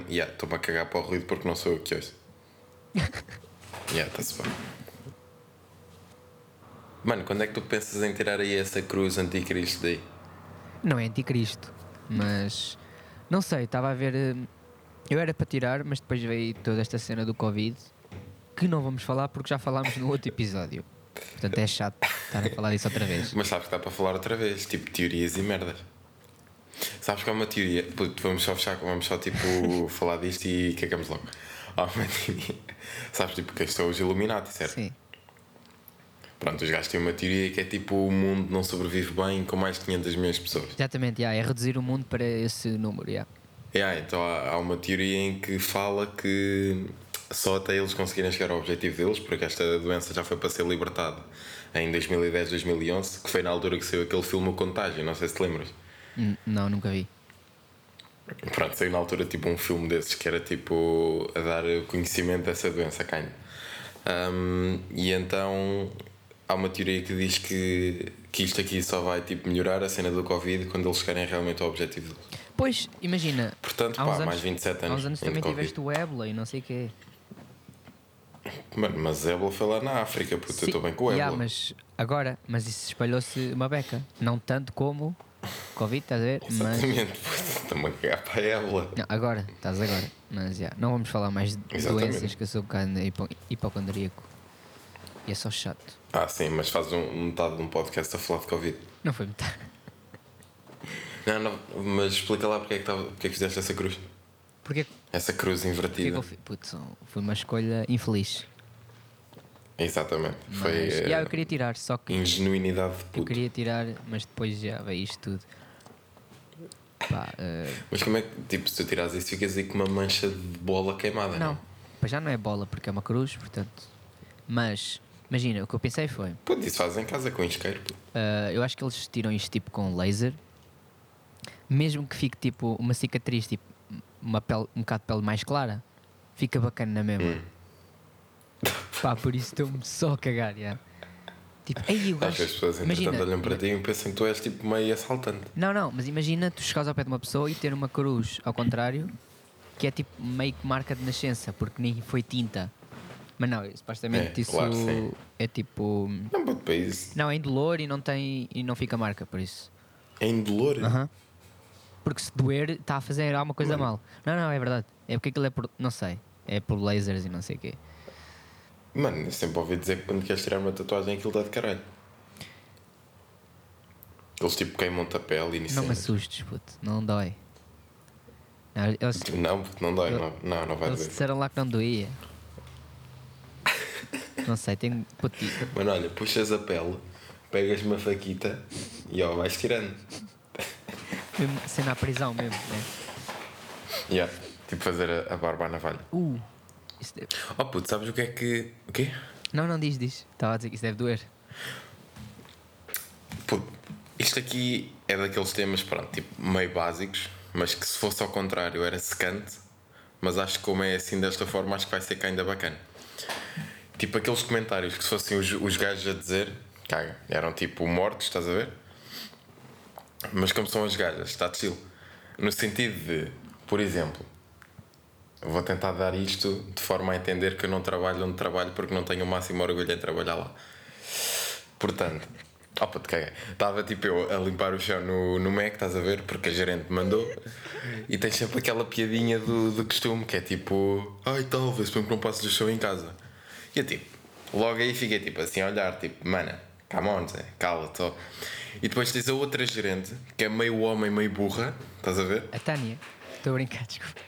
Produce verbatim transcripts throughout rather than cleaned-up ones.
yeah, estou-me a cagar para o ruído porque não sou eu que ouço. Yeah, está-se bem. Mano, quando é que tu pensas em tirar aí essa cruz anticristo daí? Não é anticristo, mas não sei, estava a ver. eh, Eu era para tirar, mas depois veio toda esta cena do Covid, que não vamos falar porque já falámos no outro episódio. Portanto é chato estar a falar disso outra vez. Mas sabes que dá para falar outra vez, tipo teorias e merdas. Sabes que há uma teoria, puto, vamos só fechar, vamos só tipo falar disto e cagamos logo. Há uma teoria, sabes tipo que estes são os Illuminati, certo? Sim. Pronto, os gajos têm uma teoria que é tipo o mundo não sobrevive bem com mais de quinhentas milhões de pessoas. Exatamente, yeah, é reduzir o mundo para esse número. Yeah. Yeah, então há, há uma teoria em que fala que só até eles conseguirem chegar ao objetivo deles, porque esta doença já foi para ser libertada em dois mil e dez, dois mil e onze, que foi na altura que saiu aquele filme O Contágio, não sei se te lembras. N- Não, nunca vi. Pronto, saiu na altura tipo um filme desses que era tipo a dar conhecimento dessa doença, kind. Um, e então há uma teoria que diz que, que isto aqui só vai tipo melhorar a cena do Covid quando eles chegarem realmente ao objetivo deles. Pois, imagina. Portanto, há uns pá, anos, mais vinte e sete há anos. uns anos em também Covid. tiveste o ébola e não sei o quê. Mano, mas ébola foi lá na África, puto, eu estou bem com o ébola. Yeah, mas agora, mas isso espalhou-se uma beca. Não tanto como Covid, estás a ver? Mas Exatamente, puto, estou-me a cagar para a ébola. não, agora, estás agora. Mas já, não vamos falar mais de Exatamente. doenças, que eu sou um bocado hipo- hipocondríaco. E é só chato. Ah, sim, mas fazes um, metade de um podcast a falar de Covid. Não foi metade. Não, não, mas explica lá porque é que, tava, porque é que fizeste essa cruz. Porque, Essa cruz porque é que invertida. eu fui? Putz, foi uma escolha infeliz. Exatamente. Mas, Foi eh, yeah, eu queria tirar, só que ingenuinidade de eu puto. queria tirar, mas depois já veio isto tudo. Pá, eh, Mas como é que, tipo, se tu tirares isso, ficas aí com uma mancha de bola queimada, não? não, pois já não é bola porque é uma cruz, portanto. Mas, imagina, o que eu pensei foi: Puto, isso fazes em casa com isqueiro, puto. Uh, eu acho que eles tiram isto tipo com laser, mesmo que fique tipo uma cicatriz, tipo uma pele, um bocado de pele mais clara, fica bacana na mesma. Hum. Pá, por isso estou-me só a cagar. Yeah. Tipo, ei, o Acho que gajo. as pessoas, entretanto, olham para ti e pensam que tu és tipo meio assaltante. Não, não, mas imagina tu chegares ao pé de uma pessoa e ter uma cruz ao contrário, que é tipo meio que marca de nascença, porque nem foi tinta. Mas não, supostamente É, isso claro, sim. é tipo. Não, puto, para isso. Não, é indolor e não tem e não fica marca, por isso. É indolor. Aham. Porque se doer, está a fazer alguma coisa Mano. mal. Não, não, é verdade. É porque aquilo é por. Não sei. É por lasers e não sei o quê. Mano, eu sempre ouvi dizer que quando queres tirar uma tatuagem aquilo está de caralho. Eles tipo queimam-te a pele e nisso. Não me assustes, puto. Não dói. Não, eles, Não, puto, não dói, Eu- não, não, não vai eles doer. disseram lá que não doía. Não sei, tem. Puto, Mano, olha, puxas a pele, pegas uma faquita e ó, vais tirando. mesmo cena à prisão mesmo, né? Yeah. Tipo fazer a, a barba à navalha. Uh! Isso deve... Oh puto, sabes o que é que. O quê? Não, não diz, diz. Estava a dizer que isso deve doer. Puto, isto aqui é daqueles temas, pronto, tipo, meio básicos, mas que se fosse ao contrário era secante, mas acho que como é assim desta forma, acho que vai ser cá ainda bacana. Tipo aqueles comentários que se fossem os, os gajos a dizer, caga, eram tipo mortos, estás a ver? Mas como são as gajas, está chill. No sentido de, por exemplo, eu vou tentar dar isto de forma a entender que eu não trabalho onde trabalho porque não tenho o máximo orgulho em trabalhar lá. Portanto, opa, te caguei. Estava tipo eu a limpar o chão no, no Mac, estás a ver? Porque a gerente mandou. E tens sempre aquela piadinha do, do costume que é tipo, ai talvez, para que não passes o chão em casa. E eu tipo, logo aí fiquei tipo assim a olhar, tipo, mana, come on, Zé, cala-te. ó. E depois tens a outra gerente que é meio homem, meio burra, estás a ver? A Tânia. Estou a brincar, desculpa.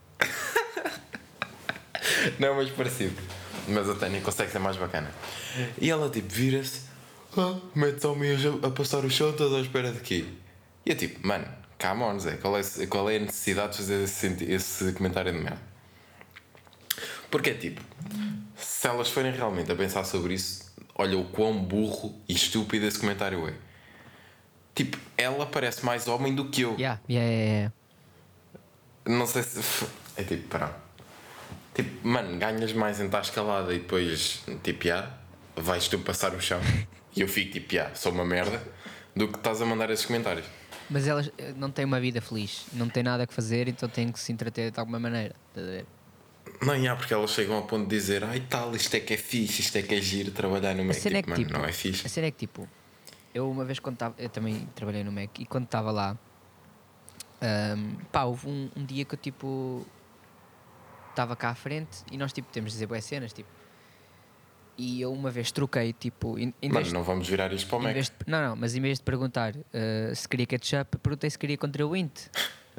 Não, mas parecido. Mas a Tânia consegue ser mais bacana. E ela tipo vira-se, ah, mete só mesmo a passar o chão, estás à espera de quê? E eu tipo, mano, come on, Zé, qual é, qual é a necessidade de fazer esse, senti- esse comentário de merda? Porque é tipo, se elas forem realmente a pensar sobre isso, olha o quão burro e estúpido esse comentário é. Tipo, ela parece mais homem do que eu. Yeah, yeah, yeah, yeah. Não sei se. É tipo, pá. Tipo, mano, ganhas mais em estar escalada e depois, tipo, já, vais tu passar o chão e eu fico tipo, já, sou uma merda, do que estás a mandar esses comentários. Mas elas eh, não têm uma vida feliz, não têm nada a fazer, então têm que se entreter de alguma maneira. Estás a ver? Não, yeah, porque elas chegam ao ponto de dizer, ai tal, isto é que é fixe, isto é que é giro trabalhar no A Mac. cena é Tipo, que mano, tipo, não é a fixe. cena é que tipo, eu uma vez quando estava, eu também trabalhei no Mac e quando estava lá, ahm, pá, houve um, um dia que eu tipo estava cá à frente e nós tipo temos de dizer boas cenas, tipo, e eu uma vez troquei, tipo, em, em Mano, vez, não vamos virar isto para o em Mac. vez de, não, não, mas em vez de perguntar eh, se queria ketchup, perguntei se queria contribuinte.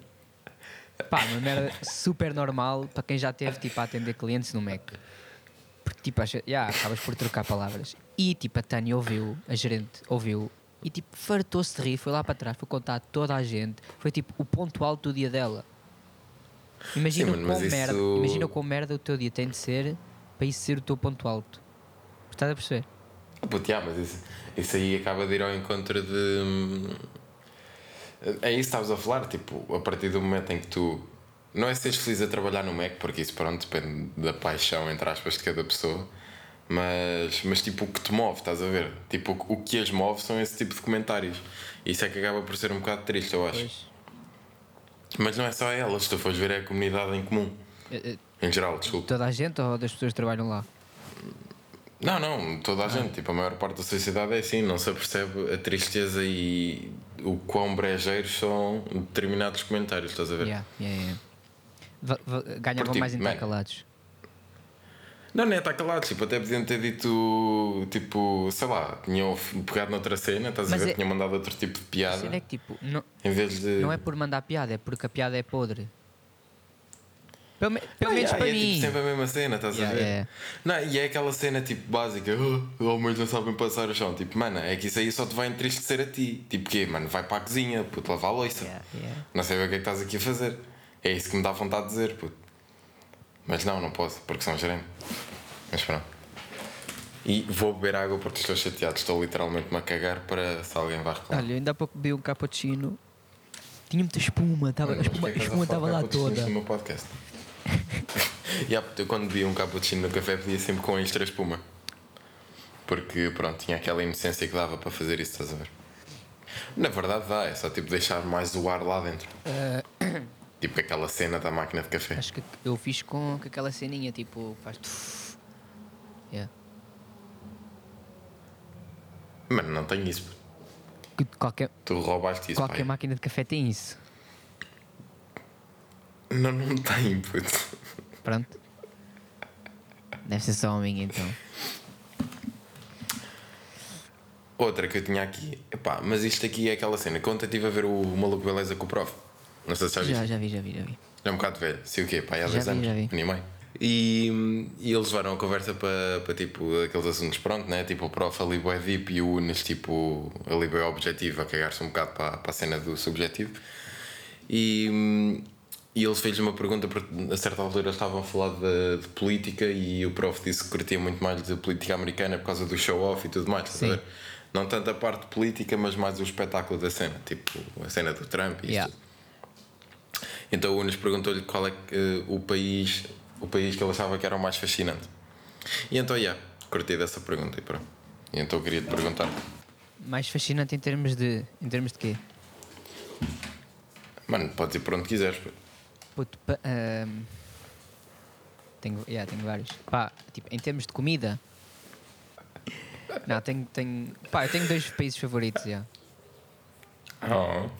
Pá, uma merda super normal para quem já teve tipo a atender clientes no Mac. Porque tipo, acha, yeah, acabas por trocar palavras. E tipo, a Tânia ouviu, a gerente ouviu, e tipo, fartou-se de rir, foi lá para trás, foi contar a toda a gente. Foi tipo o ponto alto do dia dela. Sim, Imagina o mano, quão mas merda, imagina o isso. quão merda o teu dia tem de ser para isso ser o teu ponto alto. Estás a perceber? Puto, yeah, mas isso, isso aí acaba de ir ao encontro de. hum, É isso que estavas a falar, tipo, a partir do momento em que tu. Não é seres feliz a trabalhar no Mac, porque isso pronto depende da paixão, entre aspas, de cada pessoa. Mas, mas tipo, o que te move, estás a ver? Tipo, o o que as move são esse tipo de comentários. Isso é que acaba por ser um bocado triste, eu acho. Pois. Mas não é só elas, se tu fores ver, é a comunidade em comum. Eh, eh, Em geral, desculpa. Toda a gente ou das pessoas que trabalham lá? Não, não, toda a Ah. gente, tipo, a maior parte da sociedade é assim, não se apercebe a tristeza e o quão brejeiros são determinados comentários, estás a ver? Yeah, yeah, yeah. Va- va- ganhavam Porque, mais tipo, man, intercalados. não, nem está calado, tipo, até podiam ter dito, tipo, sei lá, tinham pegado noutra cena, estás Mas a ver? é- Tinham mandado outro tipo de A piada, cena é que tipo, não, em vez de. não é por mandar piada, é porque a piada é podre. Pelo, me- pelo Ah, menos yeah, para e é mim. tipo sempre a mesma cena, estás Yeah, a ver? yeah. Não, e é aquela cena tipo básica, oh, homens não sabem passar o chão. Tipo, mano, é que isso aí só te vai entristecer a ti. Tipo, quê? Mano, vai para a cozinha, puto, lavar a louça. Yeah, yeah. Não sei bem o que é que estás aqui a fazer. É isso que me dá vontade de dizer, puto. Mas não, não posso, porque são gerente. Mas pronto. E vou beber água porque estou chateado. Estou literalmente-me a cagar para se alguém vai reclamar. Olha, ainda há pouco bebi um cappuccino. Tinha muita espuma, tava, Mano, a mas espuma, a porquê é que espuma estás a estava falar lá cappuccinos toda. no meu podcast? Yeah, eu quando bebia um cappuccino no café pedia sempre com extra espuma. Porque pronto, tinha aquela inocência que dava para fazer isso, estás a ver? Na verdade dá, é só tipo deixar mais o ar lá dentro. Tipo aquela cena da máquina de café. Acho que eu fiz com, com aquela ceninha, tipo, faz. tuf. Yeah. Mano, não tenho isso. Que Qualquer, Tu roubaste isso, qualquer pai. máquina de café tem isso. Não, não tenho, puto. Pronto. Deve ser só a minha então. Outra que eu tinha aqui, epá, mas isto aqui é aquela cena. Que ontem estive a ver o Maluco Beleza com o prof. Não sei se já viste. Já, já vi, já vi, já vi. É um bocado velho, sei o quê, pá, há Já dez vi, anos, já vi. nem meio. E, e eles levaram a conversa para, para tipo aqueles assuntos, pronto, né? Tipo o prof ali bué deep e o Unas, tipo, ali bué objetivo, a cagar-se um bocado para, para a cena do subjetivo. E, e eles fez-lhe uma pergunta, porque a certa altura eles estavam a falar de, de política e o prof disse que curtia muito mais de política americana por causa do show-off e tudo mais, estás a Sim. ver? Não tanto a parte política, mas mais o espetáculo da cena, tipo a cena do Trump e isso Yeah. tudo. Então o Unas perguntou-lhe qual é que, eh, o país o país que ele achava que era o mais fascinante. E então, yeah, curti dessa pergunta e pronto. E então eu queria te perguntar, Mais fascinante em termos de. Em termos de quê? mano, podes ir por onde quiseres. pô. Puto, pa- ahm, tenho, yeah, tenho vários. Pá, tipo, em termos de comida. Não, tenho, tenho. Pá, eu tenho dois países favoritos, já. Oh.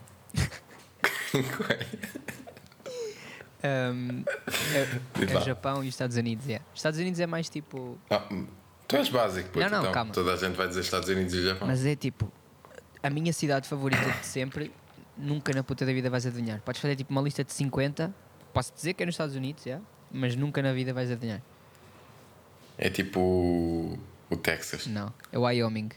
Ahm, é Diz é lá. o Japão e os Estados Unidos, yeah. Os Estados Unidos é mais tipo. Ah, tu és básico, puto, Não, não, então calma. toda a gente vai dizer Estados Unidos e Japão. Mas é tipo. A minha cidade favorita de sempre, nunca na puta da vida vais adivinhar. Podes fazer tipo uma lista de cinquenta. Posso dizer que é nos Estados Unidos, yeah, mas nunca na vida vais adivinhar. É tipo o, o Texas. Não, é Wyoming.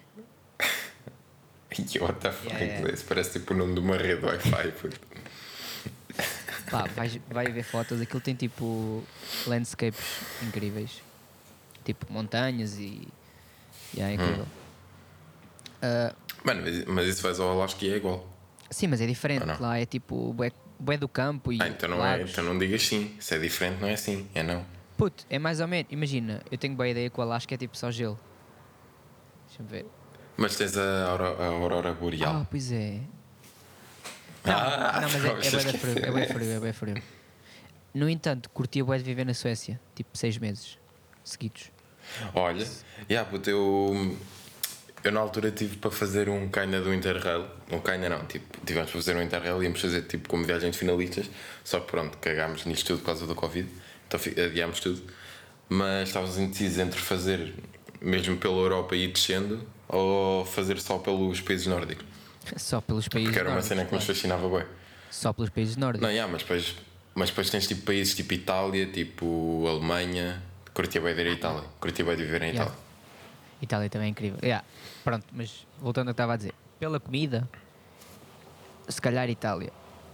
E what the fuck, Yeah, yeah. isso parece tipo o nome de uma rede Wi-Fi, puto. Pá, vais, vai ver fotos, aquilo tem tipo landscapes incríveis. Tipo montanhas e. Yeah, é incrível. Ah, Mano, mas, mas isso vais ao Alasca e é igual. sim, mas é diferente. Ah, não. Lá é tipo bué, bué do campo e. Ah, então não, é, lagos. então não digas sim. Se é diferente, não é assim. É não. Puto, é mais ou menos. Imagina, eu tenho boa ideia que o Alasca é tipo só gelo. Deixa-me ver. Mas tens a, auro- a aurora boreal. Ah, pois é. Não, Ah, não, mas é, é estavas a bué da frio, é esquecer. bué frio, é bué frio. No entanto, curtia bué de viver na Suécia, tipo seis meses seguidos. Olha, yeah, puto, eu, eu na altura tive para fazer um kinda do Interrail. Um kinda não, tipo, tivemos para fazer um Interrail e íamos fazer tipo como viagem de finalistas. Só que pronto, cagámos nisto tudo por causa do Covid, então fi- adiámos tudo. Mas estávamos indecisos entre fazer mesmo pela Europa e ir descendo ou fazer só pelos países nórdicos. Só pelos países Porque era uma nórdicos, cena que nos claro. fascinava bem. Só pelos países Não, nórdicos. yeah, mas, depois, mas depois tens tipo países tipo Itália, tipo Alemanha. Curtia bem de ir à Itália. Curtia bem de viver em Yeah. Itália. Itália também é incrível. Yeah. Pronto, mas voltando ao que estava a dizer, pela comida, se calhar Itália.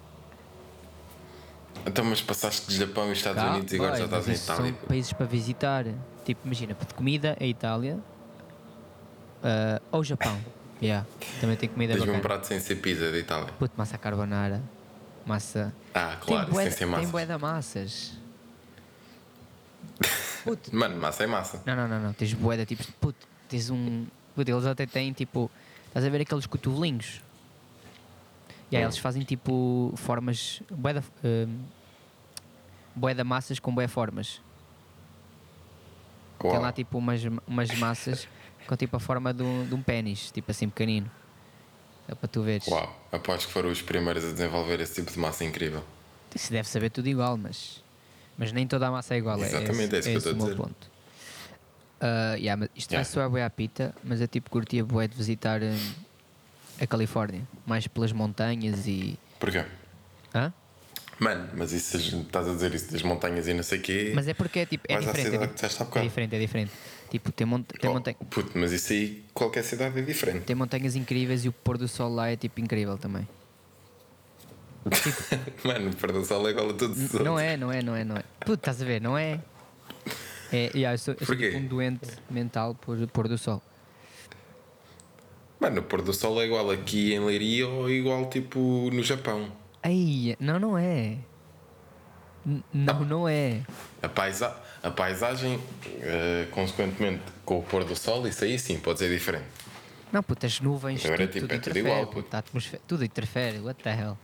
Então, mas passaste de Japão e Estados Cá, Unidos e agora vai, já estás em mas isso Itália. são países para visitar. Tipo, imagina, de comida é Itália. ah, ou Japão. Yeah. Também tem comida Tens-me um bacana. prato sem ser pizza de Itália. Puto, massa carbonara. Massa. Ah, claro, tem bué, sem ser tem massa. bué de massas. Puto. Mano, massa é massa. Não, não, não, não. Tens bué de tipos. de- Puto, tens um. Puto, eles até têm tipo. Estás a ver aqueles cotovelinhos? E aí Hum. eles fazem tipo formas. Bué de, hum, bué de massas com bué formas. Tem Uau. lá tipo umas, umas massas com tipo a forma de um, de um pênis, tipo assim pequenino. É para tu veres. Uau, aposto que foram os primeiros a desenvolver esse tipo de massa incrível. Isso deve saber tudo igual, mas, mas nem toda a massa é igual. Exatamente, é isso que eu esse estou a o meu dizer. ponto. Ah, yeah, mas isto vai Yeah. soar bué à pita, mas eu tipo curtia bué de visitar hum, a Califórnia, mais pelas montanhas e. Porquê? Hã? Mano, mas isso estás a dizer isso das montanhas e não sei o quê. Mas é porque é tipo. É Vais à diferente. É, cidade di- que disseste há é bocado. diferente, é diferente. Tipo, tem, mont tem, Oh, monta puto, mas isso aí, qualquer cidade é diferente. tem montanhas incríveis e o pôr do sol lá é tipo incrível também. Mano, o pôr do sol é igual a todos os outros. Não é, não é, não é, não é. Puto, estás a ver, não é? É, yeah, eu sou, eu sou Porquê? tipo um doente mental por pôr do sol. Mano, o pôr do sol é igual aqui em Leiria ou igual tipo no Japão. Ai, não, não é. N- não, não é. A, paisa a paisagem, eh, consequentemente, com o pôr do sol, isso aí sim pode ser diferente. Não, puto, as nuvens, Agora, tudo, tipo, tudo é tudo interfere, igual, puto, puto. a atmosfera, tudo interfere, what the hell.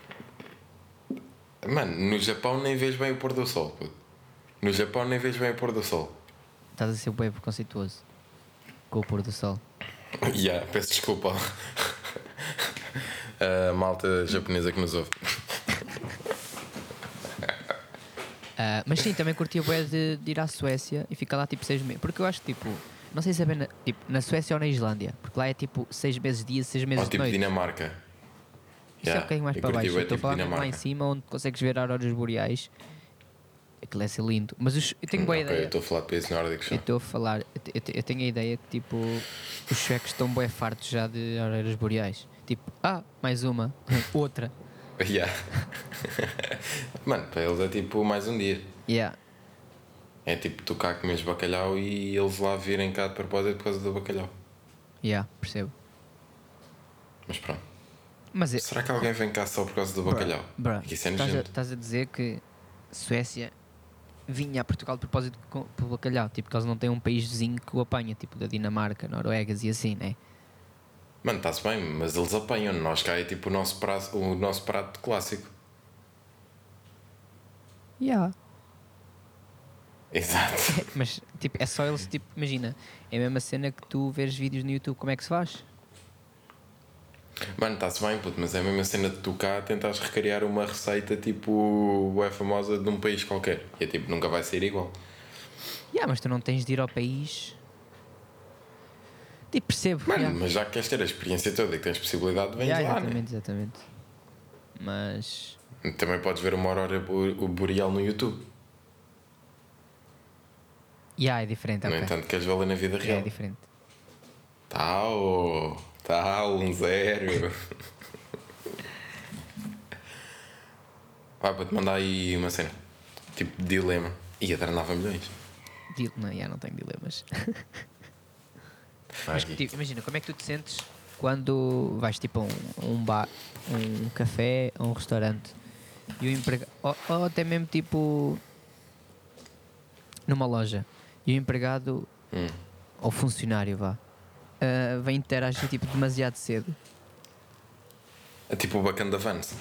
Mano, no Japão nem vês bem o pôr do sol. Puto. No Japão nem vês bem o pôr do sol. Estás a ser bem preconceituoso com o pôr do sol. Yeah, peço desculpa a malta japonesa que nos ouve. Ah, mas sim, também curtia bué de, de ir à Suécia e ficar lá tipo seis meses. Porque eu acho que tipo, não sei se é bem na, tipo, na Suécia ou na Islândia, porque lá é tipo seis meses de dia, seis meses Ou de tipo noite. Dinamarca. Isso é um Yeah, bocadinho mais eu para curti baixo. bué, Eu estou a tipo, falar mesmo lá em Dinamarca. cima, onde consegues ver auroras boreais. Aquilo é ser lindo. Mas os- eu tenho Hum, boa ok, eu ideia. estou a falar de países nórdicos. Eu só. estou a falar, eu te- eu te- eu tenho a ideia que tipo, os suecos estão bué fartos já de auroras boreais. Tipo, ah, mais uma, outra. Yeah. Mano, para eles é tipo mais um dia. Yeah. É tipo tu cá comes bacalhau e eles lá virem cá de propósito por causa do bacalhau. Yeah, percebo. Mas pronto. Mas é, Será que alguém vem cá só por causa do bacalhau? bruh, Isso é estás, a, nojento. estás a dizer que Suécia vinha a Portugal de propósito com, pelo bacalhau, tipo que eles não têm um país vizinho que o apanha, tipo da Dinamarca, Noruegas e assim, né? Mano, está-se bem, mas eles apanham. Nós cá é tipo o nosso prato, o nosso prato clássico. Yeah. Exato. Mas tipo, é só eles, tipo, imagina, é a mesma cena que tu vês vídeos no YouTube, como é que se faz? Mano, está-se bem, puto, mas é a mesma cena de tu cá tentares recriar uma receita tipo é famosa de um país qualquer. E é tipo, nunca vai ser igual. Yeah, mas tu não tens de ir ao país. Tipo, percebo. Mano, yeah. mas já que queres ter a experiência toda e que tens possibilidade, vens Yeah, lá, né? exatamente, exatamente. Mas. Também podes ver uma aurora bo- boreal no YouTube. Yeah, é diferente, No ok. entanto, queres vê-la na vida Yeah, real. é diferente. Tal, tal, um zero. Vai, para te mandar aí uma cena. Tipo, dilema. Ia dar nove milhões. Dil- Não, yeah, não tenho dilemas. Vai Mas aqui. tipo, imagina, como é que tu te sentes quando vais tipo a um, um bar, um café, a um restaurante e o empregado, ou, ou até mesmo tipo numa loja e o empregado Hum. ou funcionário vá ah, vem interagir tipo demasiado cedo. É tipo o bacana da Vans.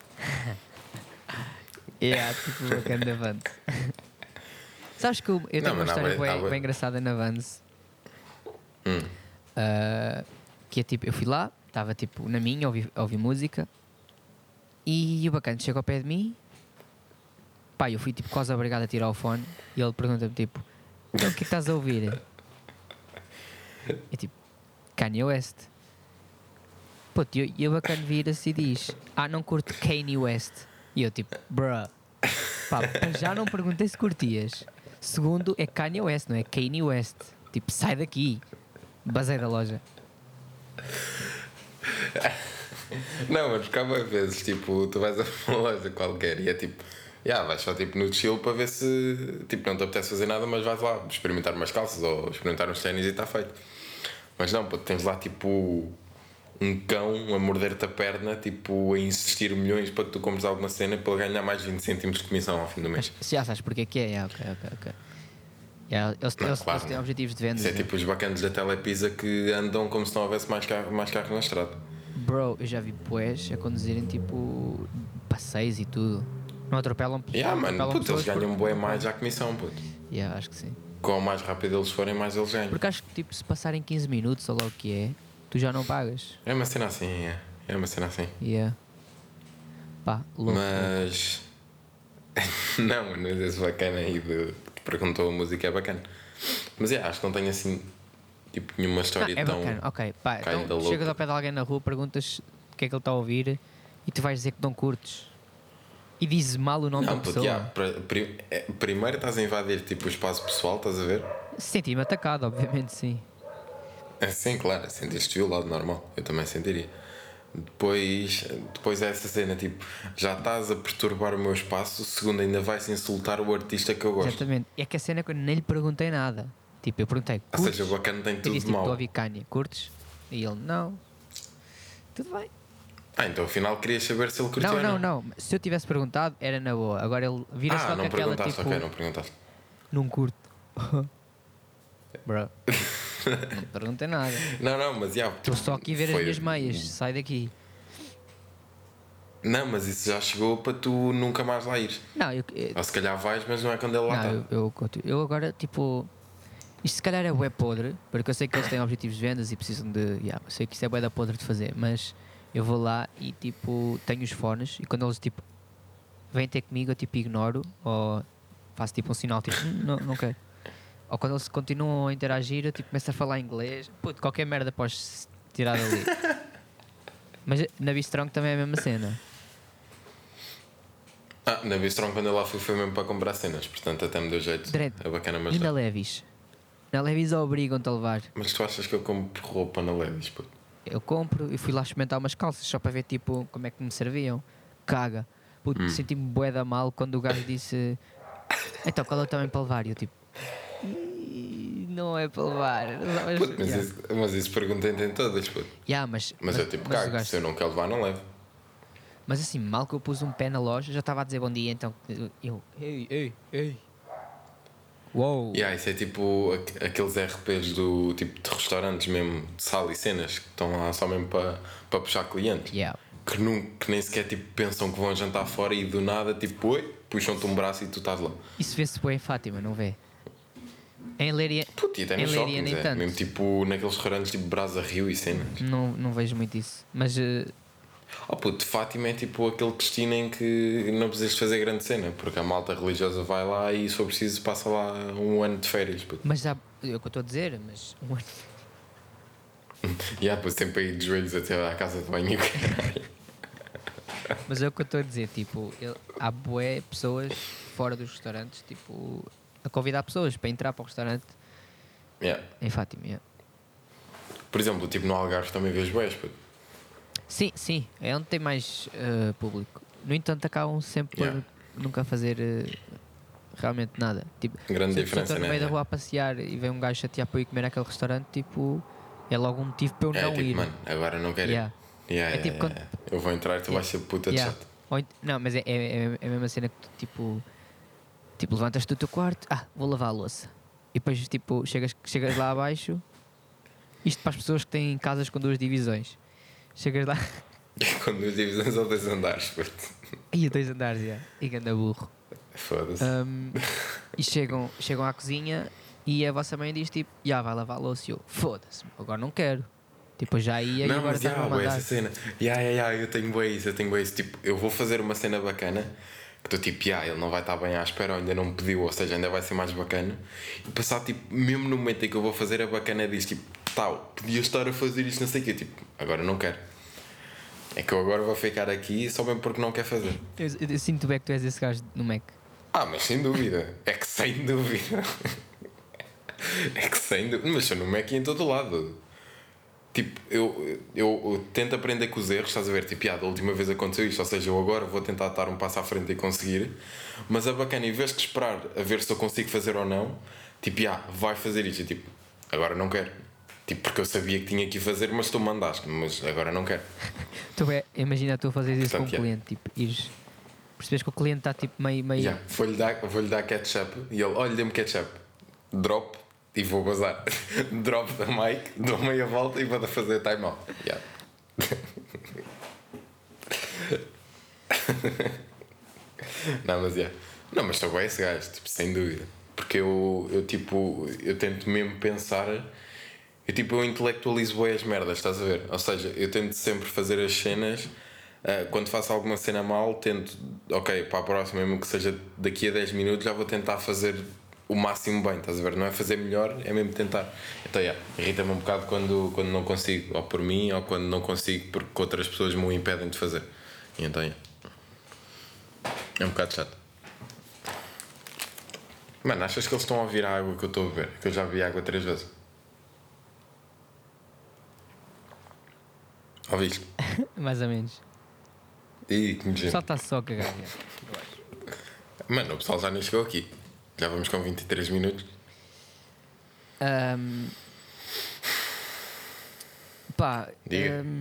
É, tipo bacana da Vans. Sabes que eu, eu tenho Não, uma mas há história bué- há bem, bué- bem engraçada na Vans. Hum. Ah, que é tipo, eu fui lá, estava tipo na minha, a ouvir, a ouvir música. E o bacana chega ao pé de mim. Pá, eu fui tipo quase obrigado a tirar o fone. E ele pergunta-me tipo: então o que é que estás a ouvir? É tipo, Kanye West. Puto, e e o bacana vira-se e diz: ah, não curto Kanye West. E eu tipo, bruh. Pá, já não perguntei se curtias. Segundo, é Kanye West, não é Kanye West. Tipo, sai daqui. Basei da loja. Não, mas cá vai vezes, tipo, tu vais a uma loja qualquer e é tipo, yeah, vais só tipo no chill para ver se tipo, não te apetece fazer nada, mas vais lá experimentar umas calças ou experimentar uns ténis e está feito. Mas não, pô, tens lá tipo um cão a morder-te a perna, tipo, a insistir milhões para que tu compres alguma cena para ele ganhar mais vinte cêntimos de comissão ao fim do mês. Mas já sabes porque é que é? Yeah, ok, ok, ok. Yeah, eles, Não, eles, claro, eles têm não. objetivos de venda. Isso é já. tipo os bacanas da Telepisa que andam como se não houvesse mais carro, mais carro na estrada. Bro, eu já vi poés a conduzirem tipo passeios e tudo. Não atropelam, Yeah, não mano, atropelam puto, eles pessoas. ganham porque- bué mais à comissão, puto. Yeah, acho que sim. Quanto mais rápido eles forem, mais eles ganham. Porque acho que tipo, se passarem quinze minutos ou lá o que é, tu já não pagas. É uma cena assim, é. É uma cena assim. Yeah. Pá, louco. Mas. Não, mas esse bacana aí de que perguntou a música é bacana. Mas é, acho que não tenho assim. Tipo, nenhuma história Não, é tão. bacana, ok. Pá, kinda então louca. chegas ao pé de alguém na rua, perguntas o que é que ele está a ouvir e tu vais dizer que não curtes. E dizes mal o nome Não, da puto, pessoa. já, pra- pri- é, primeiro estás a invadir tipo, o espaço pessoal, estás a ver? Senti-me atacado, obviamente, sim. É sim, claro, sentiste violado, normal. Eu também sentiria. Depois, depois é essa cena, tipo, já estás a perturbar o meu espaço, segundo ainda vais insultar o artista que eu gosto. Exatamente. É que a cena é que eu nem lhe perguntei nada. Tipo, eu perguntei, Ou curtes? seja, o bacana tem Eu tudo disse, de tipo, estou a mau. ouvir Kanye, curtes? E ele, não. Tudo bem. Ah, então afinal querias saber se ele curtiu Não, ou não, não. Se eu tivesse perguntado, era na boa. Agora ele vira-se Ah, só não com aquela, perguntaste, tipo, ok, não perguntaste. não curto. Bro. Não te perguntei nada. Não, não, mas já. Estou só aqui a ver as foi- minhas meias. Sai daqui. Não, mas isso já chegou para tu nunca mais lá ires. Não, eu, eu, Ou se calhar vais, mas não é quando ele lá está. não, eu, eu, continuo. Eu agora, tipo... Isto se calhar é bué podre, porque eu sei que eles têm objetivos de vendas e precisam de... Yeah, eu sei que isso é bué da podre de fazer, mas eu vou lá e, tipo, tenho os fones e quando eles, tipo, vêm ter comigo, eu, tipo, ignoro ou faço, tipo, um sinal, tipo, "Hum, não, não quero." Ou quando eles continuam a interagir, eu, tipo, começo a falar inglês. Puto, qualquer merda podes tirar dali. Mas na Bistrong também é a mesma cena. Ah, na Bistron quando eu lá fui foi mesmo para comprar cenas, portanto até me deu jeito. Direto. É bacana, mas. E na Levis? Na Levis obrigam-te a levar. Mas tu achas que eu compro roupa na Levis, puto? Eu compro e fui lá experimentar umas calças só para ver tipo como é que me serviam. Caga. Puto, Hum. senti-me bué da mal quando o gajo disse então qual é o tamanho para levar? E eu tipo "Ih, não é para levar." Mas, Puto, mas, yeah. isso, mas isso perguntem-te em todas, puto. Yeah, mas, Mas, eu tipo, mas o cago, gajo- se eu não quero levar, não levo. mas assim, mal que eu pus um pé na loja, já estava a dizer bom dia, então eu, eu ei, ei, ei. Uou. E yeah, isso é tipo aqu- aqueles R Ps do tipo de restaurantes mesmo, de sal e cenas, que estão lá só mesmo para para puxar clientes. Yeah. Que, não, que nem sequer tipo, pensam que vão jantar fora e do nada, tipo, oi, puxam-te um braço e tu estás lá. Isso vê-se bem em Fátima, não vê? Em Leiria, Puto, e até em nos Leiria shoppings, nem é. tanto. Mesmo tipo naqueles restaurantes tipo Brasa Rio e cenas. Não, não vejo muito isso. Mas eh, Oh puto, Fátima é tipo aquele destino em que não precisas de fazer grande cena, porque a malta religiosa vai lá e se for preciso passa lá um ano de férias, puto. Mas já, é o que eu estou a dizer, mas um ano- E há depois sempre aí de joelhos até à casa de banho e o caralho. mas é o que eu estou a dizer, tipo, ele- há bué pessoas fora dos restaurantes, tipo, a convidar pessoas para entrar para o restaurante Yeah. em Fátima. Yeah. Por exemplo, tipo no Algarve também vejo boés, puto. Sim, sim, é onde tem mais eh, público. No entanto, acabam sempre por Yeah. nunca fazer eh, realmente nada. Tipo, Grande se eu diferença, estou no né? meio da rua a passear e vem um gajo chatear para eu ir comer naquele restaurante, tipo, é logo um motivo para eu É não tipo, ir. mano, agora não quero ir. Yeah. Yeah, É yeah, tipo yeah, yeah. Eu vou entrar e tu Yeah. vais ser puta Yeah. de chato. Ou ent- não, mas é, é, é, é a mesma cena que tu, tipo, tipo, levantas-te do teu quarto, ah, vou lavar a louça. E depois, tipo, chegas, chegas lá abaixo, isto para as pessoas que têm casas com duas divisões. Chegas lá, Com duas divisões ou dois andares, puto. E a dois andares, já. E ganda burro. Foda-se. Um, e chegam, chegam à cozinha e a vossa mãe diz tipo, já vai lavar a louça. E eu, foda-se, agora não quero. Tipo, eu já ia Não, e agora mas está já, a bué, mandar. essa cena. Ya, ya, ya, eu tenho bem isso, eu tenho bem isso. Tipo, eu vou fazer uma cena bacana que estou tipo, ya, ele não vai estar bem à espera, ou ainda não me pediu, ou seja, ainda vai ser mais bacana. E passar, tipo, mesmo no momento em que eu vou fazer, a bacana diz, tipo, tal, podia estar a fazer isto, não sei o quê. Tipo, agora não quero. É que eu agora vou ficar aqui só mesmo porque não quer fazer. Eu, eu, eu sinto bem que tu és esse gajo no Mac. Ah, mas sem dúvida. É que sem dúvida. É que sem dúvida. Mas eu no Mac e em todo lado. Tipo, eu, eu, eu tento aprender com os erros, estás a ver? Tipo, ah, da última vez aconteceu isto, ou seja, eu agora vou tentar dar um passo à frente e conseguir. Mas a bacana, em vez de esperar a ver se eu consigo fazer ou não, tipo, ah, vai fazer isto. E tipo, agora não quero. Tipo, porque eu sabia que tinha que ir fazer, mas tu mandaste, mas agora não quero. Tu é, imagina tu fazeres isso Portanto, com um yeah. cliente, tipo, ires, percebes que o cliente está tipo meio. meio... Yeah, vou-lhe dar, vou-lhe dar ketchup e ele, olha, dê-me ketchup. Drop e vou bazar. Drop da mic, dou meia volta e vou fazer time out. Yeah. Não, mas yeah. Não, mas estou bem esse gajo, tipo, sem dúvida. Porque eu, eu tipo, eu tento mesmo pensar. Eu tipo, eu intelectualizo bem as merdas, estás a ver? Ou seja, eu tento sempre fazer as cenas. Uh, quando faço alguma cena mal, tento, ok, para a próxima, mesmo que seja daqui a dez minutos, já vou tentar fazer o máximo bem, estás a ver? Não é fazer melhor, é mesmo tentar. Então, yeah, irrita-me um bocado quando, quando não consigo, ou por mim, ou quando não consigo porque outras pessoas me o impedem de fazer. E então, yeah. É um bocado chato. Mano, achas que eles estão a ouvir a água que eu estou a beber? Que eu já bebi água três vezes. Ouviste? Mais ou menos. Ih, que O nojento. pessoal está só a cagar. já. Mano, o pessoal já nem chegou aqui. Já vamos com vinte e três minutos. Um, pá, Diga. um,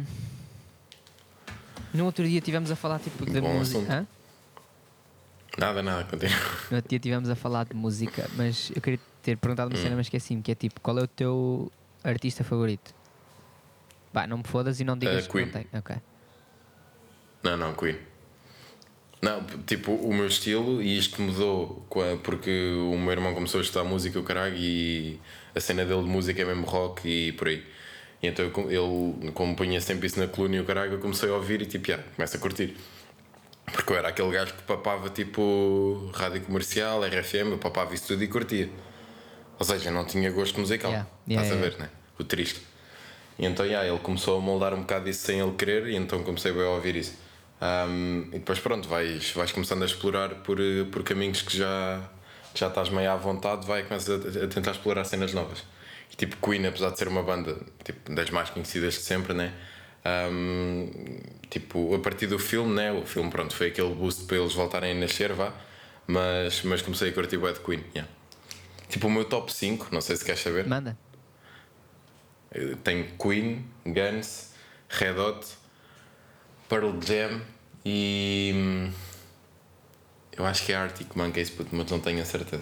no outro dia estivemos a falar tipo de Bom música. assunto. Hã? Nada, nada, continua. No outro dia estivemos a falar de música, mas eu queria ter perguntado uma Hum. cena, mas esqueci-me, que é tipo, qual é o teu artista favorito? Pá, não me fodas e não digas Uh, que não Queen. tem. Ok. Não, não, Queen. Não, tipo, o meu estilo, e isto mudou com a- porque o meu irmão começou a estudar música, o caralho, e a cena dele de música é mesmo rock e por aí. E então eu- ele, como punha sempre isso na coluna e o caralho, eu comecei a ouvir e tipo, yeah, começo a curtir. Porque eu era aquele gajo que papava tipo rádio comercial, R F M, eu papava isso tudo e curtia. Ou seja, não tinha gosto musical. Yeah, yeah, Estás a yeah. ver, né? O triste. E então, yeah, ele começou a moldar um bocado isso sem ele querer, e então comecei bem a ouvir isso. Um, e depois, pronto, vais, vais começando a explorar por, eh, por caminhos que já, que já estás meio à vontade, vai e começas a, a tentar explorar cenas novas. E tipo, Queen, apesar de ser uma banda tipo, das mais conhecidas de sempre, né? Um, tipo, a partir do filme, né? O filme, pronto, foi aquele boost para eles voltarem a nascer, vá. Mas, mas comecei a curtir o de Queen, yeah. Tipo, o meu top cinco, não sei se queres saber. Manda. Tenho Queen, Guns, Red Hot, Pearl Jam e. hum, Eu acho que é Arctic Monkeys, puto, mas não tenho a certeza.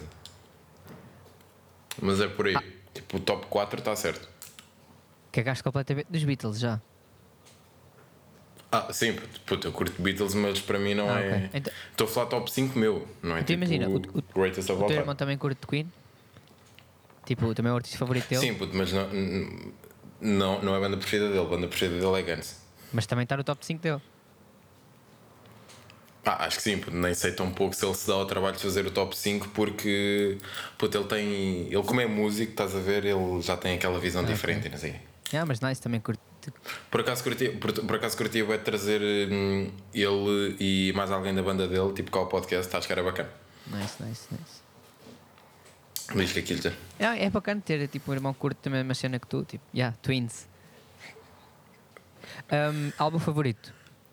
Mas é por aí. Tipo, o top quatro está certo. Cagaste completamente dos Beatles já. Ah, sim, puto, puto, eu curto Beatles, mas para mim não Ah, é. ok. Então- Estou a falar top cinco meu, não é Então tipo imagina, o, o, o, greatest of o all teu time. irmão também curte Queen? Tipo, também é o artista favorito dele? Sim, puto, mas não, não, não é a banda preferida dele, a banda preferida dele é Guns. Mas também está no top cinco dele. Ah, acho que sim, puto, nem sei tão pouco se ele se dá ao trabalho de fazer o top cinco porque puto, ele tem. Ele como é músico, estás a ver, ele já tem aquela visão Ah, diferente ok. e não sei. Ah, mas nice, também curte. Por acaso curtia, por, por acaso curtia bué de trazer hum, ele e mais alguém da banda dele, tipo cá ao podcast, acho que era bacana. Nice, nice, nice. Diz que aquilo já. Ah, é bacana ter tipo um irmão que curte também uma cena que tu, tipo, yeah, twins. Um, álbum favorito?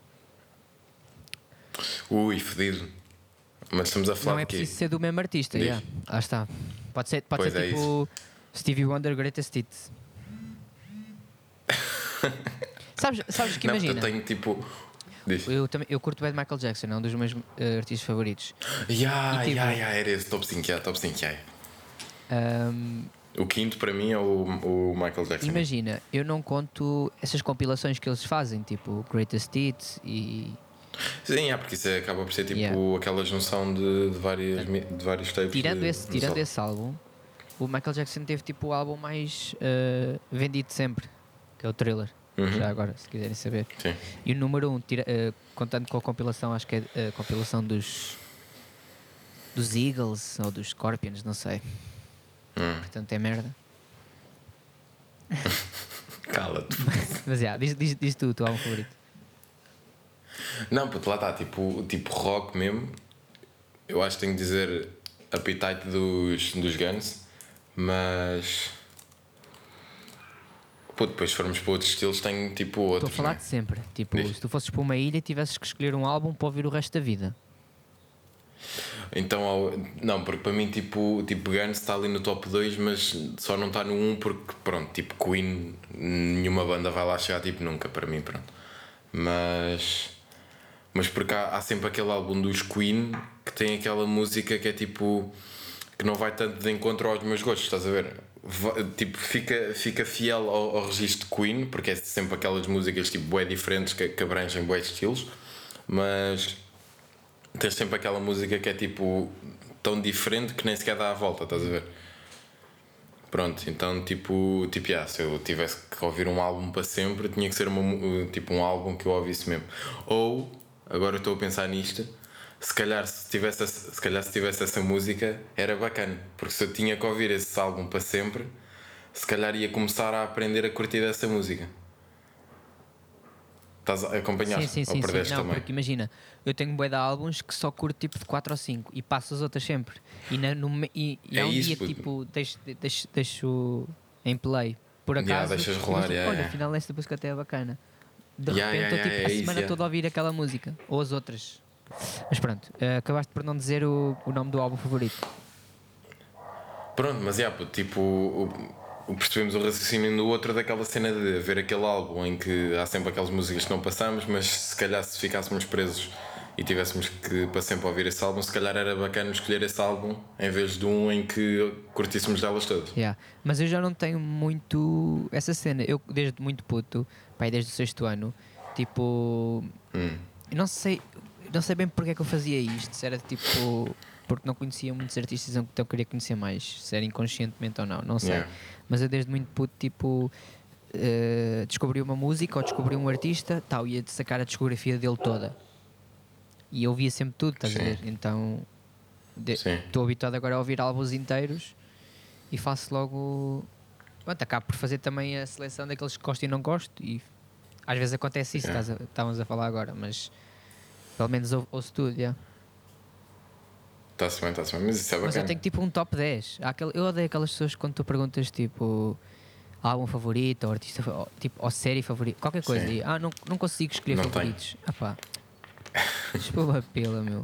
Ui, fedido. Mas estamos a falar Não é de quê? preciso ser do mesmo artista, Diz. yeah. Lá está. Pode ser, pode Pois ser é tipo Stevie Wonder Greatest Hits. sabes, sabes que Não, porque imagina? eu tenho tipo. Diz. Eu, também, eu curto bem de Michael Jackson, é um dos meus eh, artistas favoritos. Ya, E tipo- ya, ya, era esse top cinco, ya, top cinco, ya. Um, O quinto para mim é o, o Michael Jackson. Imagina, eu não conto essas compilações que eles fazem, tipo Greatest Hits e. Sim, é porque isso acaba por ser tipo Yeah. aquela junção de, de, várias, de vários tapes. Tirando, de, esse, de tirando solo. esse álbum, o Michael Jackson teve tipo o álbum mais uh, vendido de sempre, que é o Thriller. Uhum. Já agora, se quiserem saber. Sim. E o número um, tira, uh, contando com a compilação, acho que é a compilação dos dos Eagles ou dos Scorpions, não sei. Hum. Portanto, é merda. Cala-te. Mas já, diz, diz, diz tu o teu álbum favorito. Não, puto, lá está, tipo, tipo rock mesmo. Eu acho que tenho que dizer Appetite dos, dos Guns, mas. Pô, depois se formos para outros estilos, tenho tipo Estou outros. a falar né? de sempre. Tipo, Diz. se tu fosses para uma ilha e tivesses que escolher um álbum para ouvir o resto da vida. Então, ao- não, porque para mim, tipo, tipo Guns está ali no top dois, mas só não está no um porque, pronto, tipo Queen, nenhuma banda vai lá chegar, tipo, nunca, para mim, pronto. Mas. Mas porque há, há sempre aquele álbum dos Queen que tem aquela música que é tipo. Que não vai tanto de encontro aos meus gostos, estás a ver? Va- Tipo, fica, fica fiel ao, ao registro de Queen, porque é sempre aquelas músicas tipo bué diferentes que, que abrangem bué estilos, mas tens sempre aquela música que é tipo tão diferente que nem sequer dá a volta, estás a ver? Pronto, então tipo, tipo yeah, se eu tivesse que ouvir um álbum para sempre, tinha que ser uma, mu- tipo um álbum que eu ouvisse mesmo. Ou, agora eu estou a pensar nisto, se calhar se tivesse, se calhar se tivesse essa música era bacana, porque se eu tinha que ouvir esse álbum para sempre, se calhar ia começar a aprender a curtir dessa música. Estás a acompanhar? Sim, sim, Ou sim, sim. perdeste Não, também? porque imagina, eu tenho bué de álbuns que só curto tipo de quatro ou cinco e passo as outras sempre. E, na, no, me- e, e É há um isso, dia puto. tipo, deixo, deixo, deixo em play. Por Yeah, acaso, deixas e rolar, gosto- yeah, olha, yeah. afinal esta música até é bacana. De Yeah, repente yeah, estou yeah, tipo é a isso, semana yeah. toda a ouvir aquela música. Ou as outras. Mas pronto, eh, acabaste por não dizer o, o nome do álbum favorito. Pronto, mas yeah, puto, tipo, o, o percebemos o raciocínio do outro daquela cena de ver aquele álbum em que há sempre aquelas músicas que não passamos, mas se calhar se ficássemos presos e tivéssemos que para sempre ouvir esse álbum, se calhar era bacana escolher esse álbum em vez de um em que curtíssemos delas todas. Yeah. Mas eu já não tenho muito essa cena. Eu desde muito puto, pai, desde o sexto ano, tipo, Hum. eu não sei, não sei bem porque é que eu fazia isto. Se era tipo porque não conhecia muitos artistas, então queria conhecer mais, se era inconscientemente ou não, não sei. Yeah. Mas eu desde muito puto, tipo, eh, descobri uma música ou descobri um artista, tal, ia sacar a discografia dele toda. E eu ouvia sempre tudo, estás a Sim. ver? Então Sim. estou habituado agora a ouvir álbuns inteiros e faço logo. Pronto, acabo por fazer também a seleção daqueles que gosto e não gosto. E às vezes acontece isso, Yeah. estás a- estávamos a falar agora, mas pelo menos ou- ouço tudo, yeah. Está-se bem, está-se bem, mas isso é Mas eu bacana. tenho tipo um top dez. Há aquele, eu odeio aquelas pessoas quando tu perguntas tipo álbum favorito, ou artista, fa- ou, tipo, ou série favorita, qualquer coisa. Sim. E, ah, não, não consigo escolher Não favoritos. Ah pá, desculpa uma pela, meu.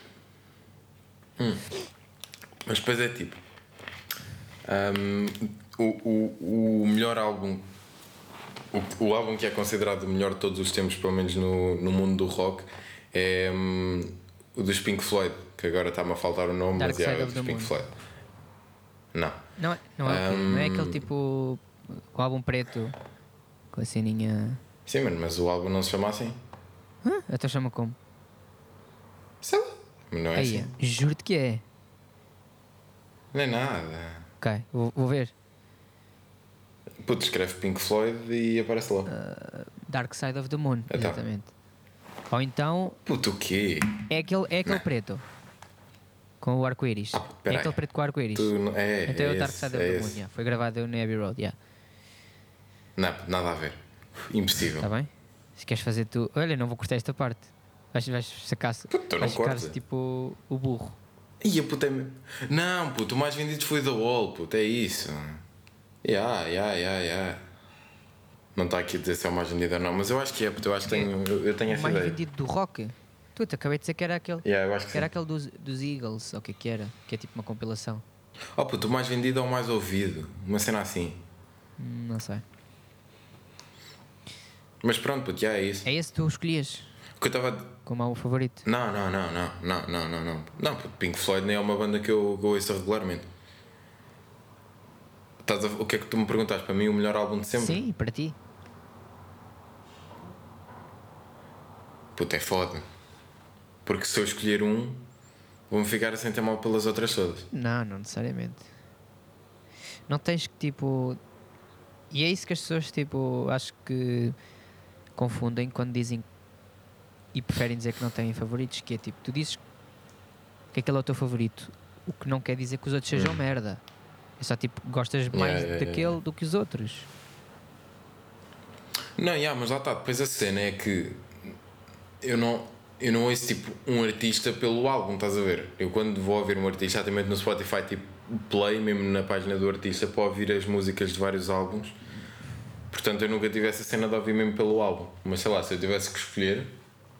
Mas depois é tipo. hum, o, o, o melhor álbum. O, o álbum que é considerado o melhor de todos os tempos, pelo menos no, no mundo do rock, é hum, o dos Pink Floyd, que agora está-me a faltar o nome, Dark mas é Side o of dos the Pink Moon. Floyd. Não. Não é, não, é, o quê? Não é Hum. aquele tipo com álbum preto com a ceninha. Sim, mano, mas o álbum não se chama assim. Hã? Então chama como? Sei lá. Mas não é Aí, assim. juro-te que é. Nem nada. Ok, vou, vou ver. Puto, escreve Pink Floyd e aparece lá. Dark Side of the Moon, Então. exatamente. Ou então Puto, o quê? é aquele, é aquele preto com o arco-íris. É peraí. aquele preto com o arco-íris. Tu não- é, Então é, é o Dark esse, Side é of the esse. Moon, yeah. Foi gravado no Abbey Road, yeah. Não, nada a ver. Impossível. Está bem? Se queres fazer tu. Olha, não vou cortar esta parte. Vais, vais sacar-se. Puto, não Vais ficar corta. tipo o burro. Ih, puto, é... Não, puto, o mais vendido foi The Wall, puto, é isso. Ya, ya, ya, ya. Não está aqui a dizer se é o mais vendido ou não, mas eu acho que é, puto, eu acho que tenho, eu eu tenho O essa mais ideia. vendido do rock. Tu te acabei de dizer que era aquele. Ya, eu acho que Que era sim. aquele dos, dos Eagles, ou o que é que era? Que é tipo uma compilação. Oh, puto, o mais vendido é o mais ouvido. Uma cena assim. Hum, Não sei. Mas pronto, puto, já é isso. É esse que tu escolhias O que eu estava. como álbum favorito? Não, não, não, não, não, não, não, não. Não, puto, Pink Floyd nem é uma banda que eu, que eu ouço regularmente. Estás a- o que é que tu me perguntaste? Para mim, o melhor álbum de sempre? Sim, para ti. Puta, é foda. Porque se eu escolher um, vou-me ficar a sentir mal pelas outras todas. Não, não necessariamente. Não tens que tipo. E é isso que as pessoas tipo acho que confundem quando dizem e preferem dizer que não têm favoritos, que é tipo, tu dizes que aquele é o teu favorito, o que não quer dizer que os outros sejam Hum. merda. É só tipo, gostas mais yeah, yeah, daquele yeah. do que os outros. Não, yeah, mas lá está. Depois a cena é que eu não, eu não ouço tipo um artista pelo álbum, estás a ver? Eu quando vou ouvir um artista, exatamente no Spotify, tipo play, mesmo na página do artista, para ouvir as músicas de vários álbuns. Portanto, eu nunca tive essa cena de ouvir mesmo pelo álbum. Mas sei lá, se eu tivesse que escolher,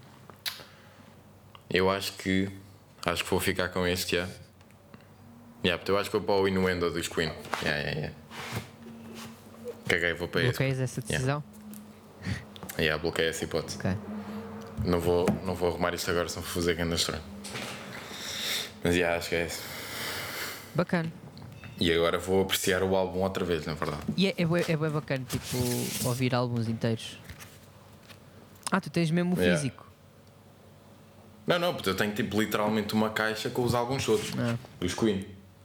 eu acho que acho que vou ficar com este, já. Yeah, porque eu acho que vou para o Innuendo dos Queen. Yeah, yeah, yeah. Caguei, vou para esse. Bloqueias essa decisão? Yeah, bloqueei essa hipótese. Ok. Não vou, não vou arrumar isto agora, senão vou fazer grande estranho. Mas yeah, acho que é esse. Bacana. E agora vou apreciar o álbum outra vez, na verdade. E é, é, bué- é bem bacana, tipo, ouvir álbuns inteiros. Ah, tu tens mesmo o Yeah. físico. Não, não, porque eu tenho tipo literalmente uma caixa com os álbuns todos. Ah. Dos Queen.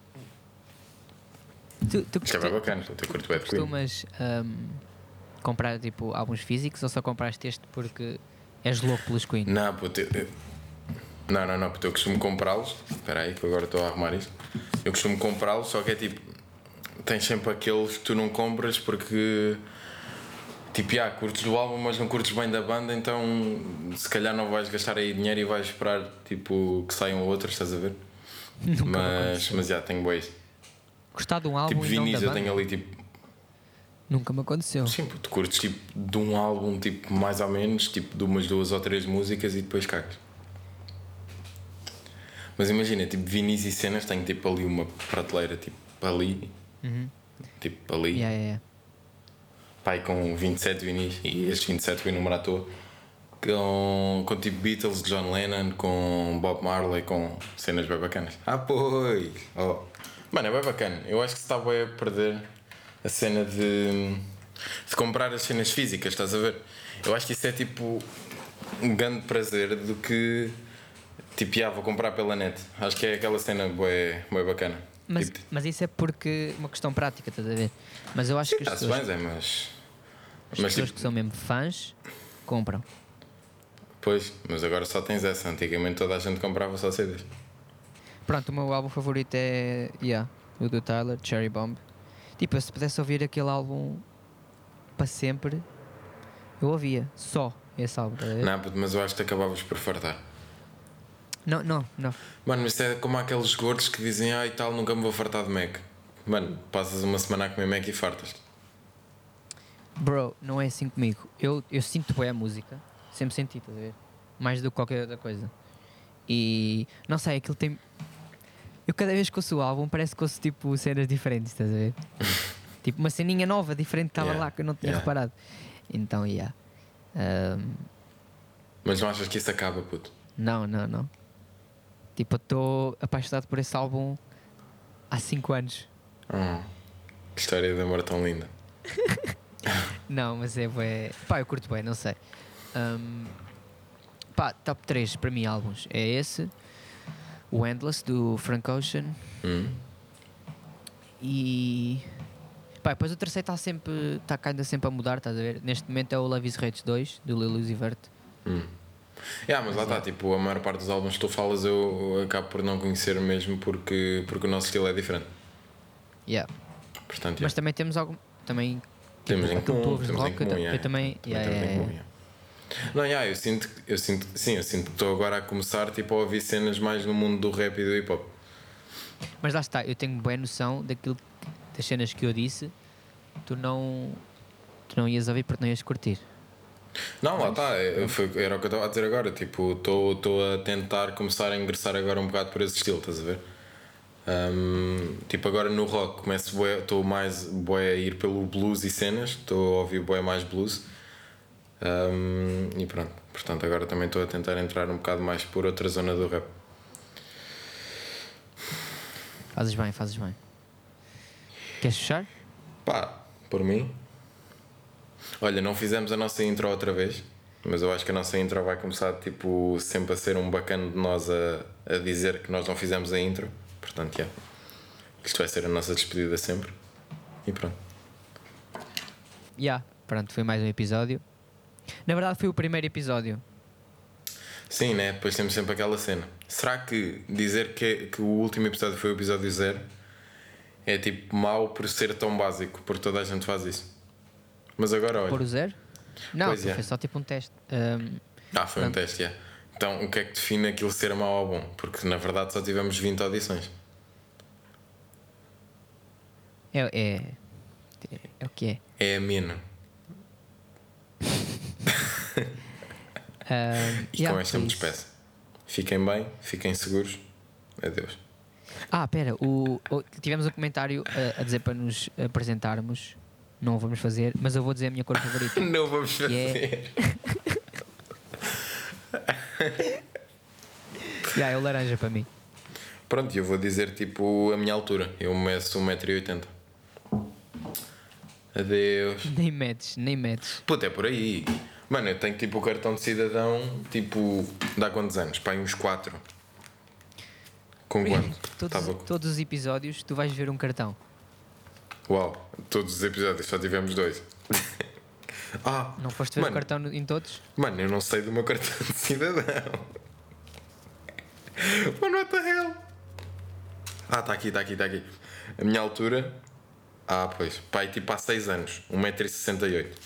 Tu, tu Isto é costu- bem bacana, eu curto bem de Queen. costumas ahm, comprar tipo álbuns físicos ou só compraste este porque és louco pelos Queen? Não, puto, eu, eu- não, não, não, porque eu costumo comprá-los. Espera aí, que eu agora estou a arrumar isto. Eu costumo comprá-los, só que é tipo. Tens sempre aqueles que tu não compras porque. Tipo, ah, curtes do álbum, mas não curtes bem da banda, então se calhar não vais gastar aí dinheiro e vais esperar tipo, que saiam outros, estás a ver? Nunca me mas, aconteceu. mas já, tenho bois. Gostar de um álbum Tipo, e não da vinis eu banda? tenho ali tipo. Nunca me aconteceu. Sim, tu curtes tipo de um álbum, tipo, mais ou menos, tipo de umas duas ou três músicas e depois cagas. Mas imagina, tipo, vinis e cenas, tenho tipo ali uma prateleira, tipo, ali, Uhum. tipo, ali. Yeah, yeah, yeah. Pai, com vinte e sete vinis, e estes vinte e sete vou enumerar à toa, com, com tipo Beatles, John Lennon, com Bob Marley, com cenas bem bacanas. Ah, pois! Oh. Mano, é bem bacana. Eu acho que se está bem a perder a cena de, de comprar as cenas físicas, estás a ver? Eu acho que isso é tipo um grande prazer do que tipo, ah, vou comprar pela net. Acho que é aquela cena bué, bué bacana. Mas, Tipo, mas isso é porque uma questão prática, estás a ver? Mas eu acho que as está-se pessoas, bem, Zé, mas. as mas pessoas tipo, que são mesmo fãs compram. pois, mas agora só tens essa. Antigamente toda a gente comprava só C Ds. Pronto, o meu álbum favorito é yeah, o do Tyler, Cherry Bomb. Tipo, eu se pudesse ouvir aquele álbum para sempre, eu ouvia só esse álbum, estás a ver? Não, puto, mas eu acho que te acabavas por fartar. Não, não, não. Mano, mas isso é como aqueles gordos que dizem, ah e tal, nunca me vou fartar de Mac. Mano, passas uma semana a comer Mac e fartas. Bro, não é assim comigo. Eu, eu sinto bem a música, sempre senti, estás a ver? Mais do que qualquer outra coisa. E não sei, aquilo tem. Eu cada vez que ouço o álbum parece que ouço tipo cenas diferentes, estás a ver? Tipo uma ceninha nova, diferente que estava Yeah, lá que eu não tinha yeah. reparado. Então, yeah. Ahm, Mas não achas que isso acaba, puto? não, não, não. Tipo, eu estou apaixonado por esse álbum há cinco anos. Hum, que história de amor tão linda. Não, mas é bué. Pá, eu curto bem, não sei. Ahm, pá, top três para mim álbuns é esse, o Endless do Frank Ocean Hum? e. Pá, depois o terceiro está sempre. Está ainda sempre a mudar, estás a ver? Neste momento é o Love is Rage dois do Lil Uzi Vert. Hum. Yeah, mas lá está, tipo, a maior parte dos álbuns que tu falas eu acabo por não conhecer mesmo porque, porque o nosso estilo é diferente. Yeah. Portanto, Mas yeah. também temos algum. Também. Temos em aquilo que tu comum, ouves de temos em rock, eu, comum, ta- yeah. eu também. Também yeah, temos em yeah, comum, yeah. yeah. Não, yeah, eu sinto, eu sinto, sim, eu sinto que estou agora a começar tipo, a ouvir cenas mais no mundo do rap e do hip hop. Mas lá está, eu tenho boa noção daquilo, das cenas que eu disse, tu não. Tu não ias ouvir porque não ias curtir. Não, lá está, é- foi- era o que eu estava a dizer agora. Tipo, estou a tentar começar a ingressar agora um bocado por esse estilo, estás a ver? Um, tipo, agora no rock começo estou mais bué a ir pelo blues e cenas, estou a ouvir bué mais blues. Um, e pronto, portanto, agora também estou a tentar entrar um bocado mais por outra zona do rap. Fazes bem, fazes bem. Queres fechar? Pá, por mim. Olha, não fizemos a nossa intro outra vez, mas eu acho que a nossa intro vai começar tipo sempre a ser um bacana de nós a, a dizer que nós não fizemos a intro. Portanto, já. Yeah. Isto vai ser a nossa despedida sempre. E pronto. Já, yeah, pronto, foi mais um episódio. Na verdade foi o primeiro episódio. Sim, né? Depois temos sempre aquela cena. Será que dizer que, que o último episódio foi o episódio zero é tipo mau por ser tão básico? Porque toda a gente faz isso. Mas agora olha. Por o zero? Não, Pois é. foi só tipo um teste. Um, ah, foi pronto. um teste, já. Yeah. Então o que é que define aquilo ser mau ou bom? Porque na verdade só tivemos vinte audições. É, é, é, é o que é? É ameno. Um, e yeah, com esta me despeço. Fiquem bem, fiquem seguros. Adeus. Ah, pera, o, o, tivemos um comentário a, a dizer para nos apresentarmos. Não o vamos fazer, mas eu vou dizer a minha cor favorita. Não vamos fazer. É... yeah, é o laranja para mim. Pronto, eu vou dizer tipo a minha altura. Eu meço um metro e oitenta. Adeus. Nem metes, nem metes. Puta, é por aí. Mano, eu tenho tipo o cartão de cidadão, tipo, dá quantos anos? Pá, uns quatro. Com quanto? Todos, Tava... todos os episódios tu vais ver um cartão. Uau, todos os episódios, só tivemos dois. ah, não foste ver mano, o cartão em todos? Mano, eu não sei do meu cartão de cidadão. Mano, what the hell? Ah, está aqui, está aqui, está aqui. A minha altura. Ah, pois. Pai, tipo há seis anos. um metro e sessenta e oito.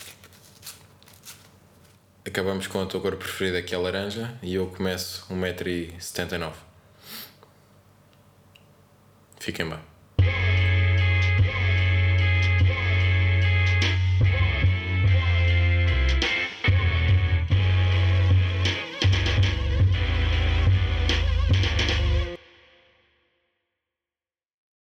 Acabamos com a tua cor preferida, que é a laranja. E eu começo um metro e setenta e nove. Fiquem bem.